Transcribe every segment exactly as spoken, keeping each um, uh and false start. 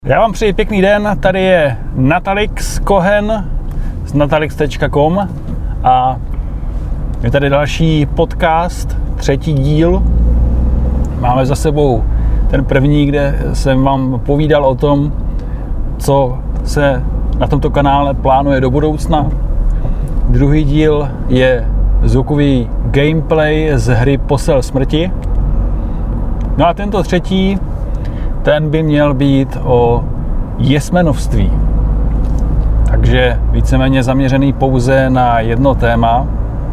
Já vám přeji pěkný den, tady je Natalix Cohen z natalix tečka com a je tady další podcast, třetí díl. Máme za sebou ten první, kde jsem vám povídal o tom, co se na tomto kanále plánuje do budoucna. Druhý díl je zvukový gameplay z hry Posel smrti. No a tento třetí, ten by měl být o jesmenovství. Takže víceméně zaměřený pouze na jedno téma.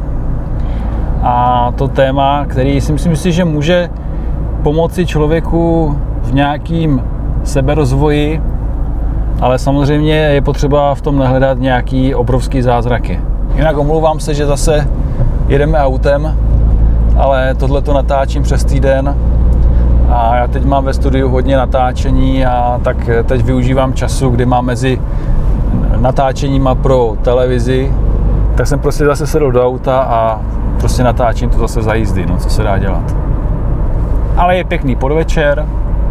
A to téma, který si myslím si, že může pomoci člověku v nějakým seberozvoji, ale samozřejmě je potřeba v tom nehledat nějaký obrovský zázraky. Jinak omlouvám se, že zase jedeme autem, ale tohleto natáčím přes týden. A já teď mám ve studiu hodně natáčení a tak teď využívám času, kdy mám mezi natáčeníma pro televizi, tak jsem prostě zase sedl do auta a prostě natáčím to zase za jízdy, no co se dá dělat. Ale je pěkný podvečer,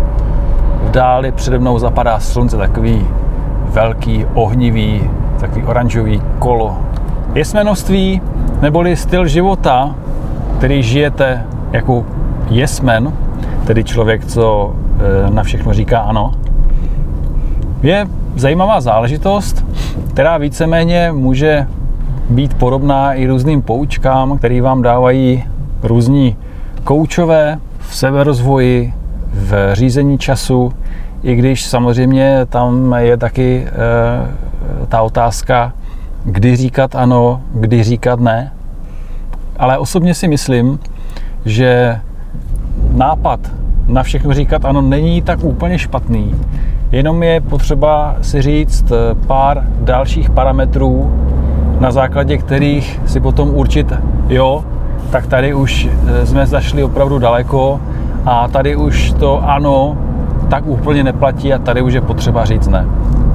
v dáli přede mnou zapadá slunce, takový velký, ohnivý, takový oranžový kolo. Jesmenovství, neboli styl života, který žijete jako jesmen, tedy člověk, co na všechno říká ano, je zajímavá záležitost, která víceméně může být podobná i různým poučkám, které vám dávají různí koučové v seberozvoji, v řízení času, i když samozřejmě tam je taky e, ta otázka, kdy říkat ano, kdy říkat ne. Ale osobně si myslím, že nápad na všechno říkat ano není tak úplně špatný, jenom je potřeba si říct pár dalších parametrů, na základě kterých si potom určit, jo, tak tady už jsme zašli opravdu daleko a tady už to ano tak úplně neplatí a tady už je potřeba říct ne.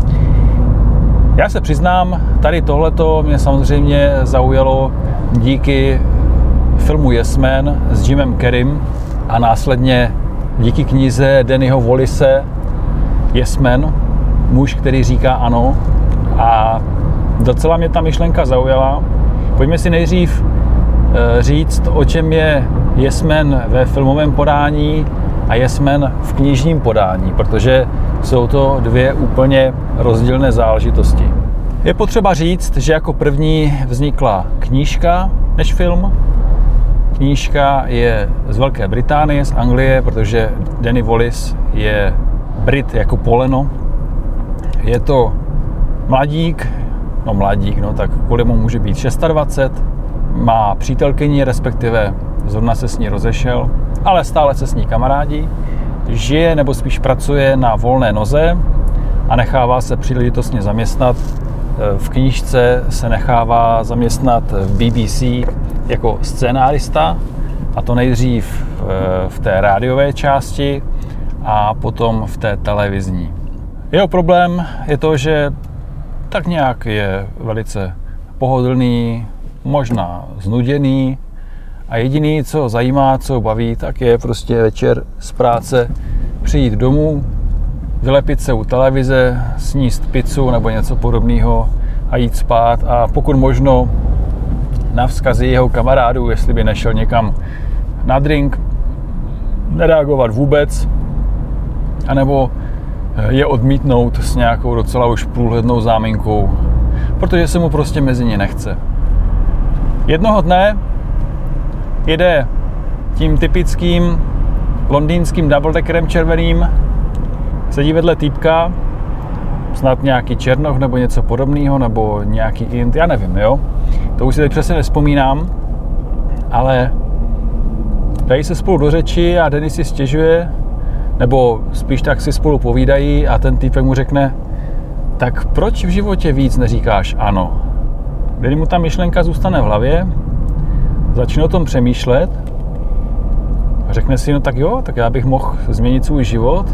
Já se přiznám, tady tohleto mě samozřejmě zaujalo díky filmu Yes Man s Jimem Carreym a následně díky knize Dannyho Wallise Yes Man, muž, který říká ano, a docela mě ta myšlenka zaujala. Pojďme si nejdřív říct, o čem je Yes Man ve filmovém podání a Yes Man v knižním podání, protože jsou to dvě úplně rozdílné záležitosti. Je potřeba říct, že jako první vznikla knížka než film. Knížka je z Velké Británie, z Anglie, protože Danny Wallis je Brit jako poleno. Je to mladík, no mladík, no tak kolik mu může být dvacet šest, má přítelkyni, respektive zrovna se s ní rozešel, ale stále se s ní kamarádí, žije nebo spíš pracuje na volné noze a nechává se příležitostně zaměstnat. V knížce se nechává zaměstnat v B B C jako scénárista, a to nejdřív v té rádiové části a potom v té televizní. Jeho problém je to, že tak nějak je velice pohodlný, možná znuděný a jediný, co ho zajímá, co ho baví, tak je prostě večer z práce přijít domů, vylepit se u televize, sníst pizzu nebo něco podobného a jít spát, a pokud možno na vzkazy jeho kamarádů, jestli by nešel někam na drink, nereagovat vůbec, anebo je odmítnout s nějakou docela už průhlednou záminkou, protože se mu prostě mezi ně nechce. Jednoho dne jede tím typickým londýnským doubledeckerem červeným, sedí vedle týpka, snad nějaký černoch nebo něco podobného, nebo nějaký int, já nevím, jo. To už si teď přesně nevzpomínám, ale dají se spolu do řeči a Danny si stěžuje, nebo spíš tak si spolu povídají a ten týpek mu řekne, tak proč v životě víc neříkáš ano? Když mu ta myšlenka zůstane v hlavě, začne o tom přemýšlet a řekne si, no tak jo, tak já bych mohl změnit svůj život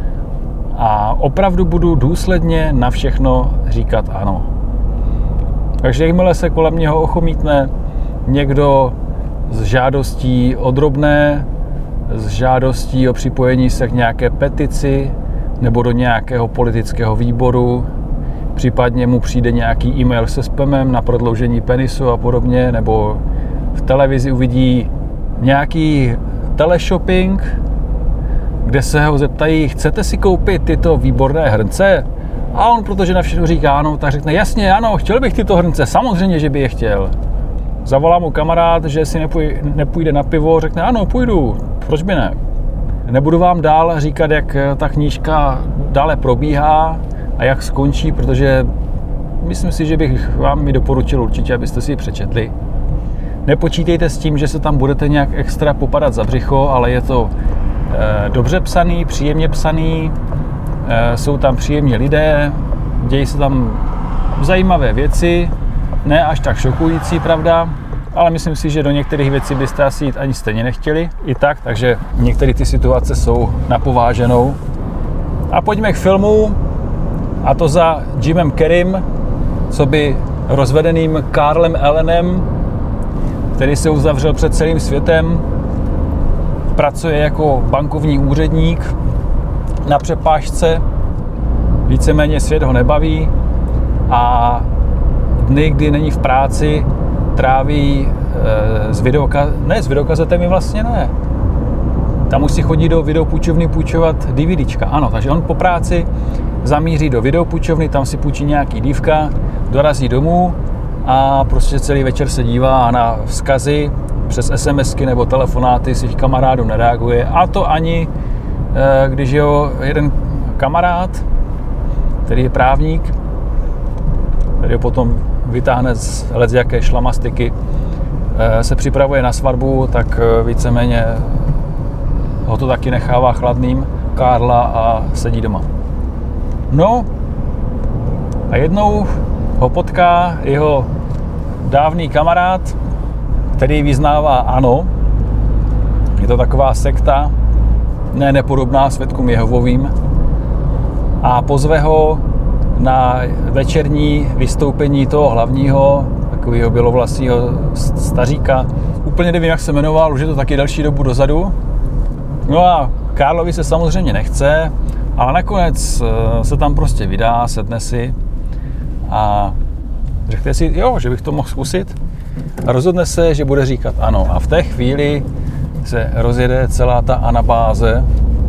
a opravdu budu důsledně na všechno říkat ano. Takže jakmile se kolem něho ochomítne někdo s žádostí o drobné, s žádostí o připojení se k nějaké petici nebo do nějakého politického výboru, případně mu přijde nějaký e-mail se spamem na prodloužení penisu a podobně, nebo v televizi uvidí nějaký teleshopping, kde se ho zeptají, chcete si koupit tyto výborné hrnce? A on, protože na všechno říká ano, tak řekne, jasně, ano, chtěl bych tyto hrnce, samozřejmě, že by je chtěl. Zavolá mu kamarád, že si nepůjde, nepůjde na pivo, řekne, ano, půjdu, proč by ne? Nebudu vám dál říkat, jak ta knížka dále probíhá a jak skončí, protože myslím si, že bych vám ji doporučil určitě, abyste si ji přečetli. Nepočítejte s tím, že se tam budete nějak extra popadat za břicho, ale je to e, dobře psaný, příjemně psaný, e, jsou tam příjemní lidé, dějí se tam zajímavé věci, ne až tak šokující, pravda, ale myslím si, že do některých věcí byste asi jít ani stejně nechtěli i tak, takže některé ty situace jsou na pováženou. A pojďme k filmu, a to za Jimem Carreym, co by rozvedeným Carlem Allenem, který se uzavřel před celým světem, pracuje jako bankovní úředník na přepážce, víceméně svět ho nebaví a dny, kdy není v práci, tráví e, s videokazetem, ne s videokazetami vlastně ne. Tam už si chodí do videopůjčovny půjčovat DVDčka, ano, takže on po práci zamíří do videopůjčovny, tam si půjčí nějaký dívka, dorazí domů a prostě celý večer se dívá na vzkazy přes SMSky nebo telefonáty svých kamarádů nereaguje, a to ani e, když jeho jeden kamarád, který je právník, který ho potom vytáhne z let z jaké šlamastiky, se připravuje na svatbu, tak víceméně ho to taky nechává chladným, Karla, a sedí doma. No a jednou ho potká jeho dávný kamarád, který vyznává ano. Je to taková sekta, ne nepodobná svědkům Jehovovým, a pozve ho na večerní vystoupení toho hlavního, takového bělovlasého staříka. Úplně nevím, jak se jmenoval, už je to taky další dobu dozadu. No a Karlovi se samozřejmě nechce, ale nakonec se tam prostě vydá, sedne si a řekne si, jo, že bych to mohl zkusit. A rozhodne se, že bude říkat ano. A v té chvíli se rozjede celá ta anabáze,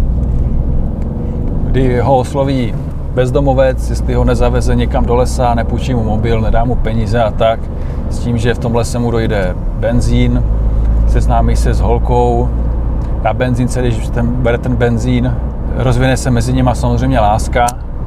kdy ho osloví bezdomovec, jestli ho nezaveze někam do lesa, nepůjčí mu mobil, nedá mu peníze a tak, s tím, že v tom lese mu dojde benzín, seznámí se s holkou, na benzínce, když ten, bere ten benzín, rozvine se mezi nimi samozřejmě láska.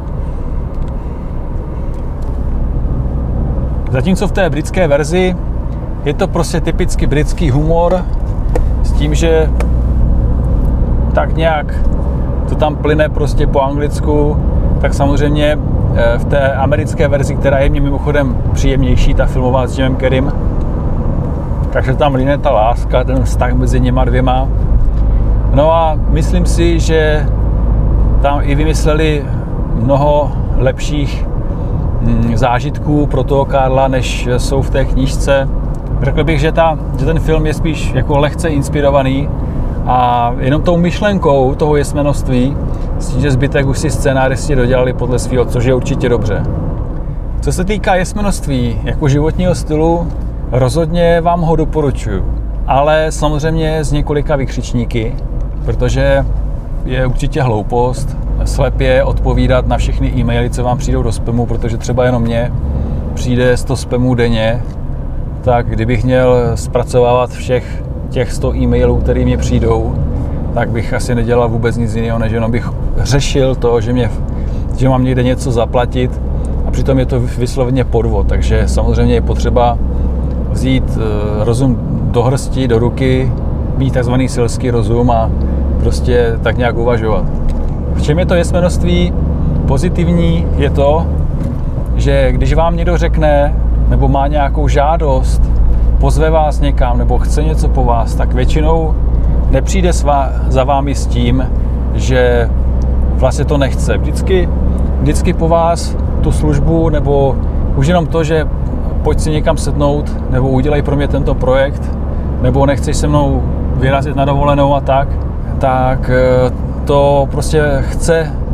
Zatímco v té britské verzi je to prostě typicky britský humor, s tím, že tak nějak to tam plyne prostě po anglicku, tak samozřejmě v té americké verzi, která je mimochodem příjemnější, ta filmová s Jimem Carreym, takže tam líne ta láska, ten vztah mezi něma dvěma. No a myslím si, že tam i vymysleli mnoho lepších zážitků pro toho Karla, než jsou v té knížce. Řekl bych, že, ta, že ten film je spíš jako lehce inspirovaný a jenom tou myšlenkou toho jesmenoství, s tím, že zbytek už si scénáristi dodělali podle svého, což je určitě dobře. Co se týká jesmenoství jako životního stylu, rozhodně vám ho doporučuji, ale samozřejmě s několika vykřičníky, protože je určitě hloupost slepě odpovídat na všechny e-maily, co vám přijdou do spamu, protože třeba jenom mně přijde sto spamů denně, tak kdybych měl zpracovávat všech těch sto e-mailů, které mě přijdou, tak bych asi nedělal vůbec nic jiného, než jenom bych řešil to, že, mě, že mám někde něco zaplatit a přitom je to vysloveně podvod, takže samozřejmě je potřeba vzít rozum do hrsti, do ruky, mít takzvaný selský rozum a prostě tak nějak uvažovat. V čem je to jesmenoství pozitivní, je to, že když vám někdo řekne, nebo má nějakou žádost, pozve vás někam, nebo chce něco po vás, tak většinou nepřijde za vámi s tím, že vlastně to nechce. Vždycky, vždycky po vás tu službu, nebo už jenom to, že pojď si někam sednout, nebo udělej pro mě tento projekt, nebo nechceš se mnou vyrazit na dovolenou a tak, tak to prostě chce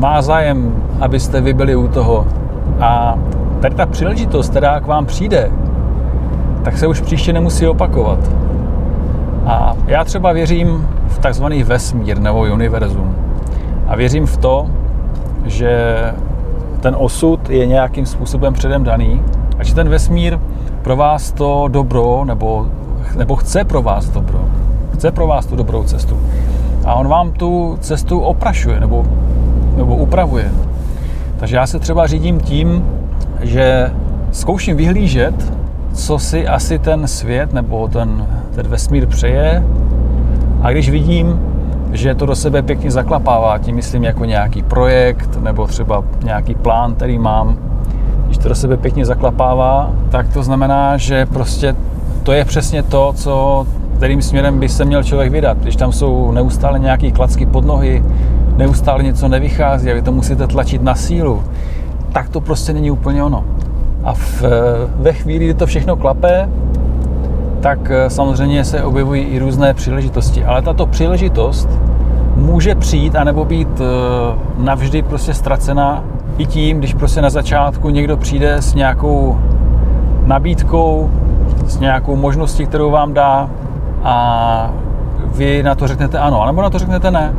má zájem, abyste vy byli u toho. A tady ta příležitost, která k vám přijde, tak se už příště nemusí opakovat. A já třeba věřím v takzvaný vesmír nebo univerzum. A věřím v to, že ten osud je nějakým způsobem předem daný a že ten vesmír pro vás to dobro, nebo, nebo chce pro vás dobro, chce pro vás tu dobrou cestu. A on vám tu cestu oprašuje nebo, nebo upravuje. Takže já se třeba řídím tím, že zkouším vyhlížet, co si asi ten svět nebo ten, ten vesmír přeje. A když vidím, že to do sebe pěkně zaklapává, tím myslím jako nějaký projekt nebo třeba nějaký plán, který mám, když to do sebe pěkně zaklapává, tak to znamená, že prostě to je přesně to, co, kterým směrem by se měl člověk vydat. Když tam jsou neustále nějaký klacky pod nohy, neustále něco nevychází a vy to musíte tlačit na sílu, tak to prostě není úplně ono. A v, ve chvíli, kdy to všechno klape, tak samozřejmě se objevují i různé příležitosti. Ale tato příležitost může přijít anebo být navždy prostě ztracená i tím, když prostě na začátku někdo přijde s nějakou nabídkou, s nějakou možností, kterou vám dá a vy na to řeknete ano, anebo na to řeknete ne.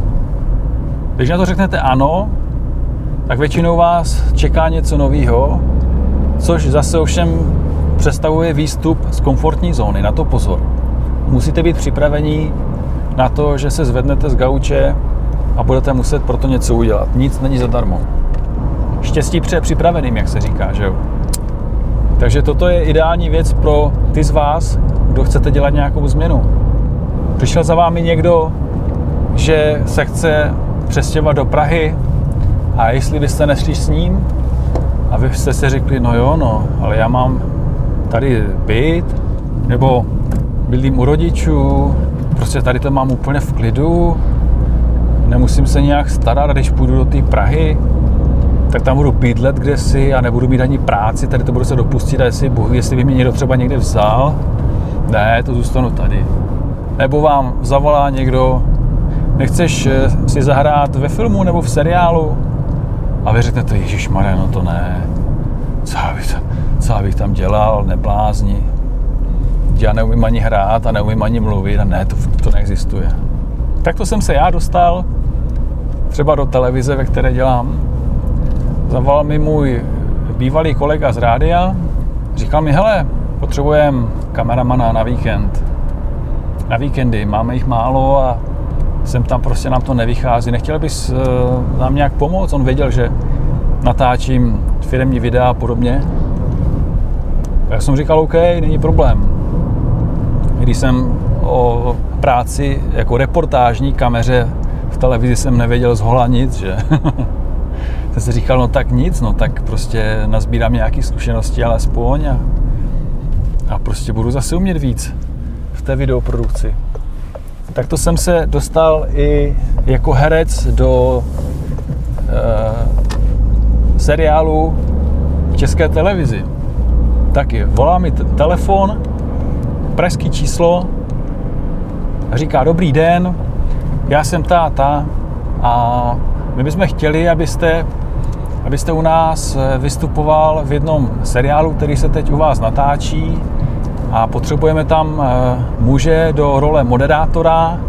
Když na to řeknete ano, tak většinou vás čeká něco nového, což zase ovšem představuje výstup z komfortní zóny. Na to pozor. Musíte být připraveni na to, že se zvednete z gauče a budete muset pro to něco udělat. Nic není zadarmo. Štěstí přeje připraveným, jak se říká, že jo? Takže toto je ideální věc pro ty z vás, kdo chcete dělat nějakou změnu. Přišel za vámi někdo, že se chce přestěhovat do Prahy a jestli byste nešli s ním a vy jste si řekli, no jo, no, ale já mám tady byt, nebo bydlím u rodičů, prostě tady to mám úplně v klidu, nemusím se nějak starat, a když půjdu do té Prahy, tak tam budu bydlet kdesi a nebudu mít ani práci, tady to budu se dopustit a jestli, bohu, jestli by mě někdo třeba někde vzal, ne, to zůstanu tady. Nebo vám zavolá někdo, nechceš si zahrát ve filmu nebo v seriálu a vy řeknete, ježišmarja, no to ne, co bych tam, co bych tam dělal, neblázni. Já neumím ani hrát a neumím ani mluvit a ne, to, to neexistuje. Takto jsem se já dostal třeba do televize, ve které dělám. Zavolal mi můj bývalý kolega z rádia, říkal mi, hele, potřebujeme kameramana na víkend. Na víkendy, máme jich málo a jsem tam, prostě nám to nevychází. Nechtěl bys uh, nám nějak pomoct? On věděl, že natáčím firemní videa a podobně. A já jsem říkal, OK, není problém. Když jsem o práci jako reportážní kameře v televizi jsem nevěděl zhola nic, že? Jsem si říkal, no tak nic, no tak prostě nazbírám nějaké zkušenosti alespoň a, a prostě budu zase umět víc v té videoprodukci. Takto jsem se dostal i jako herec do e, seriálu v České televizi. Taky volá mi t- telefon, pražský číslo a říká, dobrý den, já jsem ta a ta a my bychom chtěli, abyste, abyste u nás vystupoval v jednom seriálu, který se teď u vás natáčí a potřebujeme tam muže do role moderátora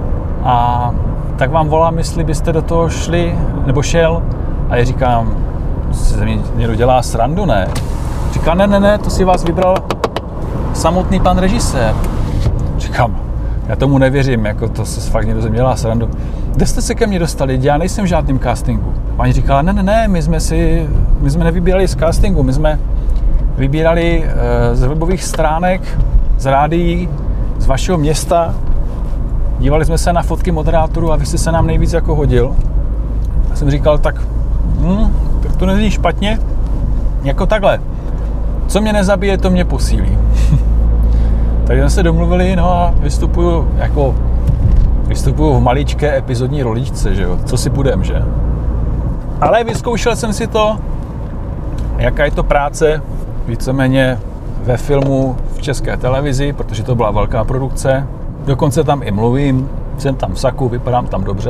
a tak vám volám, jestli byste do toho šli, nebo šel a já říkám, se mi někdo dělá srandu, ne? Říká, ne, ne, ne, to si vás vybral samotný pan režisér. Říkám, já tomu nevěřím, jako to se fakt někdo ze mě dělá srandu. Kde jste se ke mně dostali? Já nejsem v žádném castingu. Paní říkala, ne, ne, ne, my jsme si, my jsme nevybírali z castingu, my jsme vybírali e, z webových stránek, z rádií, z vašeho města. Dívali jsme se na fotky moderátorů a vy jste se nám nejvíc jako hodil. Já jsem říkal, tak, hm, tak to není špatně, jako takhle. Co mě nezabije, to mě posílí. Takže jsme se domluvili, no a vystupuju jako vystupuju v maličké epizodní roličce, že jo, co si budem, že? Ale vyzkoušel jsem si to, jaká je to práce víceméně ve filmu v České televizi, protože to byla velká produkce. Dokonce tam i mluvím, jsem tam v saku, vypadám tam dobře.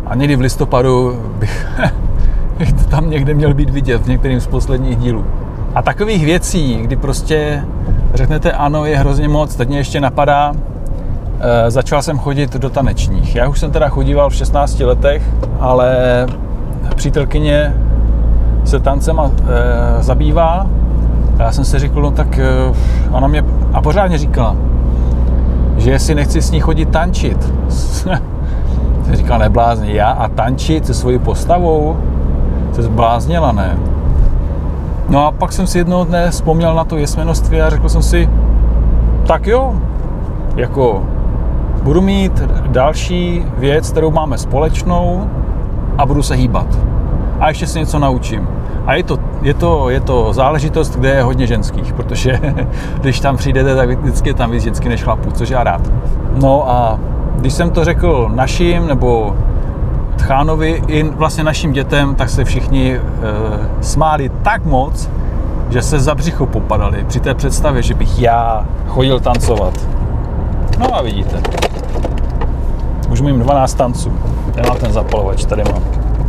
A někdy v listopadu bych, bych to tam někde měl být vidět v některým z posledních dílů. A takových věcí, kdy prostě řeknete ano, je hrozně moc, teď mě ještě napadá, e, začal jsem chodit do tanečních. Já už jsem teda chodíval v šestnácti letech, ale přítelkyně se tancema e, zabývá. A já jsem si řekl, no tak e, ona mě a pořádně říkala, že jestli nechci s ní chodit tančit. Jsem říkal, neblázni, já a tančit se svojí postavou? Se zbláznila, ne? No a pak jsem si jednoho dne vzpomněl na to jesmenoství a řekl jsem si, tak jo, jako budu mít další věc, kterou máme společnou a budu se hýbat. A ještě si něco naučím. A je to, je to, je to záležitost, kde je hodně ženských, protože když tam přijdete, tak vždycky je tam víc ženský než chlapů, což já rád. No a když jsem to řekl našim, nebo Tchánovi i vlastně našim dětem, tak se všichni e, smáli tak moc, že se za břicho popadali při té představě, že bych já chodil tancovat. No a vidíte. Už mým dvanáct tanců. Nemám ten zapalovač, tady mám.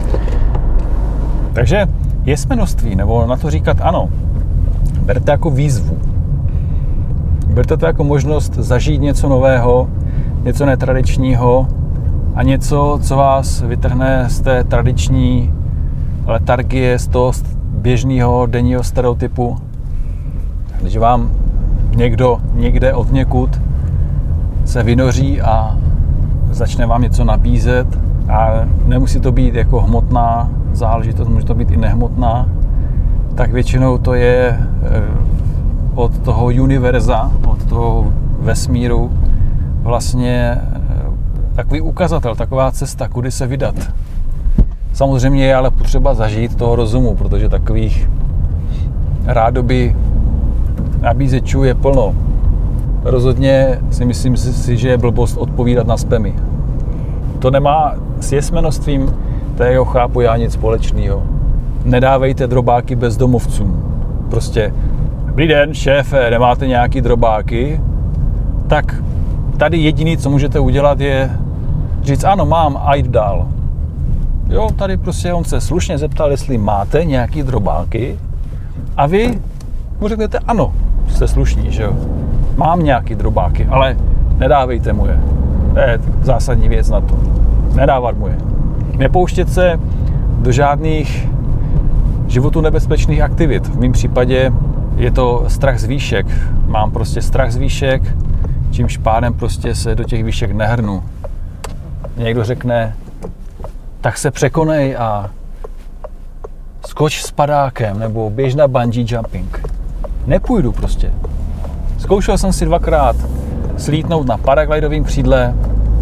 Takže jesmenoství, nebo na to říkat ano, berte jako výzvu. Berte to jako možnost zažít něco nového, něco netradičního a něco, co vás vytrhne z té tradiční letargie, z toho běžného denního stereotypu. Když vám někdo někde odněkud se vynoří a začne vám něco nabízet a nemusí to být jako hmotná záležitost, může to být i nehmotná, tak většinou to je od toho univerza, od toho vesmíru vlastně takový ukazatel, taková cesta, kudy se vydat. Samozřejmě je ale potřeba zažít toho rozumu, protože takových rádoby nabízečů je plno. Rozhodně si myslím si, že je blbost odpovídat na spamy. To nemá s jesmenostvím, to chápu já, nic společného. Nedávejte drobáky bezdomovcům. Prostě, dobrý den, šéfe, nemáte nějaký drobáky? Tak tady jediný, co můžete udělat, je říct, ano, mám a jít dál. Jo, tady prostě on se slušně zeptal, jestli máte nějaký drobáky a vy mu řeknete, ano, jste slušní, že jo. Mám nějaký drobáky, ale nedávejte mu je. To je zásadní věc na to. Nedávat mu je. Nepouštět se do žádných životu nebezpečných aktivit. V mém případě je to strach z výšek. Mám prostě strach z výšek, čímž pádem prostě se do těch výšek nehrnu. Někdo řekne, tak se překonej a skoč s padákem nebo běž na bungee jumping. Nepůjdu prostě. Zkoušel jsem si dvakrát slítnout na paraglidovém křídle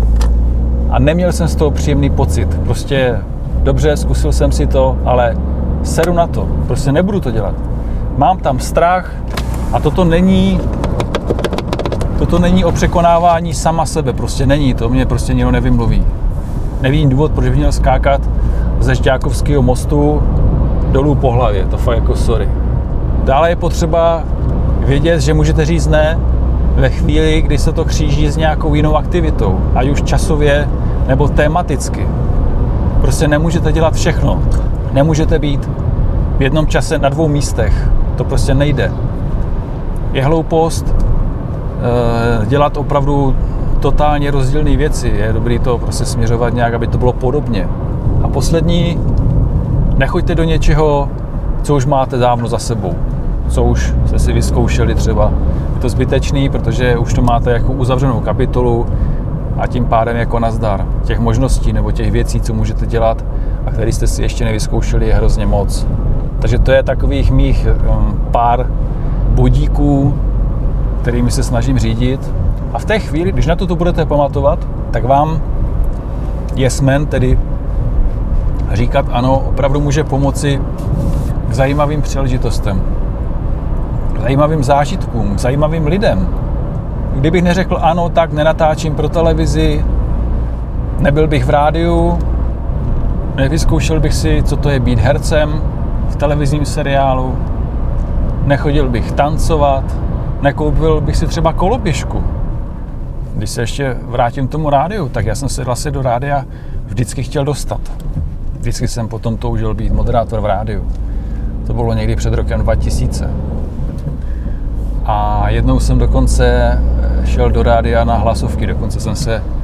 a neměl jsem z toho příjemný pocit. Prostě dobře, zkusil jsem si to, ale seru na to. Prostě nebudu to dělat. Mám tam strach a toto není toto není o překonávání sama sebe. Prostě není. To mě prostě nikdo nevymluví. Nevím důvod, proč bych měl skákat ze Žďákovského mostu dolů po hlavě. To fakt jako sorry. Dále je potřeba vědět, že můžete říct ne ve chvíli, kdy se to kříží s nějakou jinou aktivitou, ať už časově nebo tematicky. Prostě nemůžete dělat všechno. Nemůžete být v jednom čase na dvou místech. To prostě nejde. Je hloupost e, dělat opravdu totálně rozdílné věci. Je dobré to prostě směřovat nějak, aby to bylo podobně. A poslední, nechoďte do něčeho, co už máte dávno za sebou. Co už jste si vyzkoušeli třeba. Je to zbytečný, protože už to máte jako uzavřenou kapitolu a tím pádem jako nazdar. Těch možností nebo těch věcí, co můžete dělat a které jste si ještě nevyzkoušeli, je hrozně moc. Takže to je takových mých um, pár bodíků, kterými se snažím řídit. A v té chvíli, když na to budete pamatovat, tak vám jesmen, tedy říkat ano, opravdu může pomoci k zajímavým příležitostem, k zajímavým zážitkům, k zajímavým lidem. Kdybych neřekl ano, tak nenatáčím pro televizi, nebyl bych v rádiu, nevyzkoušel bych si, co to je být hercem v televizním seriálu, nechodil bych tancovat, nekoupil bych si třeba koloběžku. Když se ještě vrátím k tomu rádiu, tak já jsem se vlastně do rádia vždycky chtěl dostat. Vždycky jsem potom toužil být moderátor v rádiu. To bylo někdy před rokem dva tisíce. A jednou jsem dokonce šel do rádia na hlasovky, dokonce jsem se uh,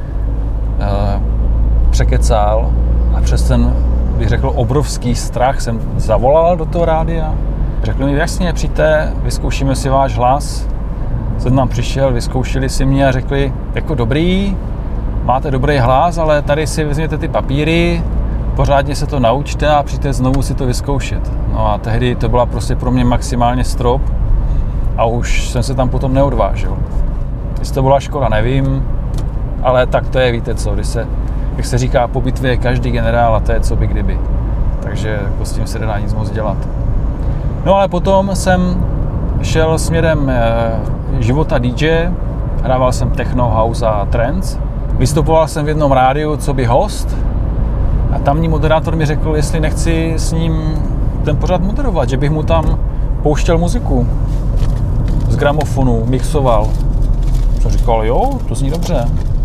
překecal a přes ten, bych řekl, obrovský strach jsem zavolal do toho rádia. Řekli mi, jasně, přijďte, vyzkoušíme si váš hlas. Jsem tam přišel, vyzkoušeli si mě a řekli, jako dobrý, máte dobrý hlas, ale tady si vezměte ty papíry, pořádně se to naučte a přijďte znovu si to vyzkoušet. No a tehdy to byla prostě pro mě maximálně strop a už jsem se tam potom neodvážil. Jestli to byla škoda, nevím, ale tak to je, víte co, když se, jak se říká, po bitvě je každý generál a to je co by kdyby. Takže jako s tím se nedá nic moc dělat. No ale potom jsem šel směrem života dý džeje, hrával jsem techno, house a trance. Vystupoval jsem v jednom rádiu co by host a tamní moderátor mi řekl, jestli nechci s ním ten pořad moderovat, že bych mu tam pouštěl muziku z gramofonu, mixoval. Jsem říkal, jo, to zní dobře.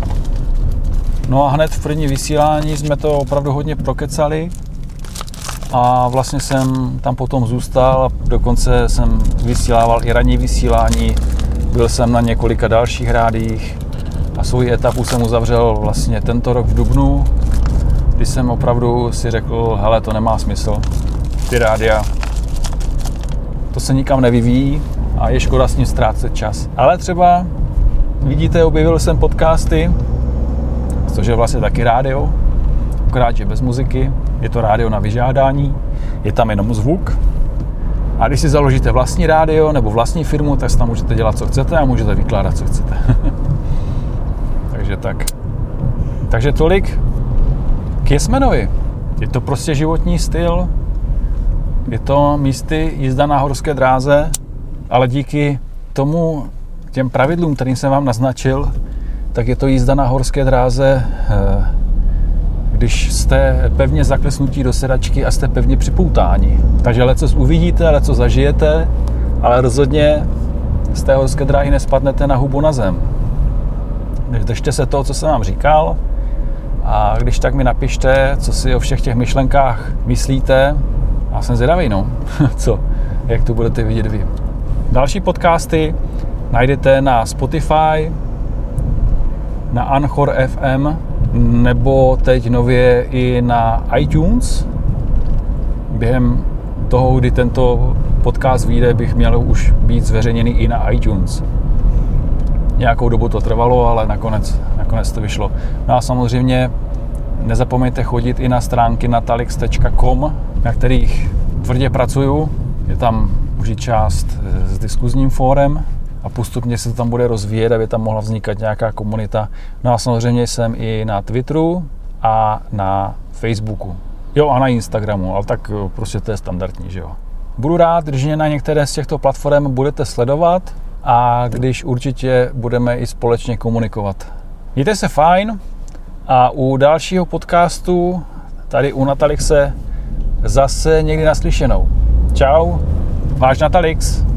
No a hned v první vysílání jsme to opravdu hodně prokecali a vlastně jsem tam potom zůstal a dokonce jsem vysílával i ranní vysílání, byl jsem na několika dalších rádiích a svou etapu jsem uzavřel vlastně tento rok v dubnu, kdy jsem opravdu si řekl, hele, to nemá smysl, ty rádia, to se nikam nevyvíjí a je škoda s ním ztrácet čas. Ale třeba, vidíte, objevil jsem podcasty, což je vlastně taky rádio, akorát, že bez muziky, je to rádio na vyžádání, je tam jenom zvuk. A když si založíte vlastní rádio nebo vlastní firmu, tak si tam můžete dělat, co chcete a můžete vykládat, co chcete. Takže tak. Takže tolik k Jesmenovi. Je to prostě životní styl, je to místy jízda na horské dráze, ale díky tomu, těm pravidlům, kterým jsem vám naznačil, tak je to jízda na horské dráze, když jste pevně zaklesnutí do sedačky a jste pevně připoutáni. Takže lecos uvidíte, lecos zažijete, ale rozhodně z té horské dráhy nespadnete na hubu na zem. Držte se toho, co jsem vám říkal, a když tak mi napište, co si o všech těch myšlenkách myslíte. A jsem zvědavý, no, co, jak to budete vidět vy. Další podcasty najdete na Spotify, na Anchor ef em, nebo teď nově i na iTunes. Během toho, kdy tento podcast vyjde, bych měl už být zveřejněný i na iTunes. Nějakou dobu to trvalo, ale nakonec, nakonec to vyšlo. No a samozřejmě nezapomeňte chodit i na stránky natalix tečka com, na kterých tvrdě pracuju. Je tam už i část s diskuzním fórem a postupně se to tam bude rozvíjet, aby tam mohla vznikat nějaká komunita. No a samozřejmě jsem i na Twitteru a na Facebooku. Jo, a na Instagramu, ale tak prostě to je standardní, že jo. Budu rád, když mě na některé z těchto platform budete sledovat a když určitě budeme i společně komunikovat. Mějte se fajn a u dalšího podcastu tady u Natalixe zase někdy naslyšenou. Čau, váš Natalix.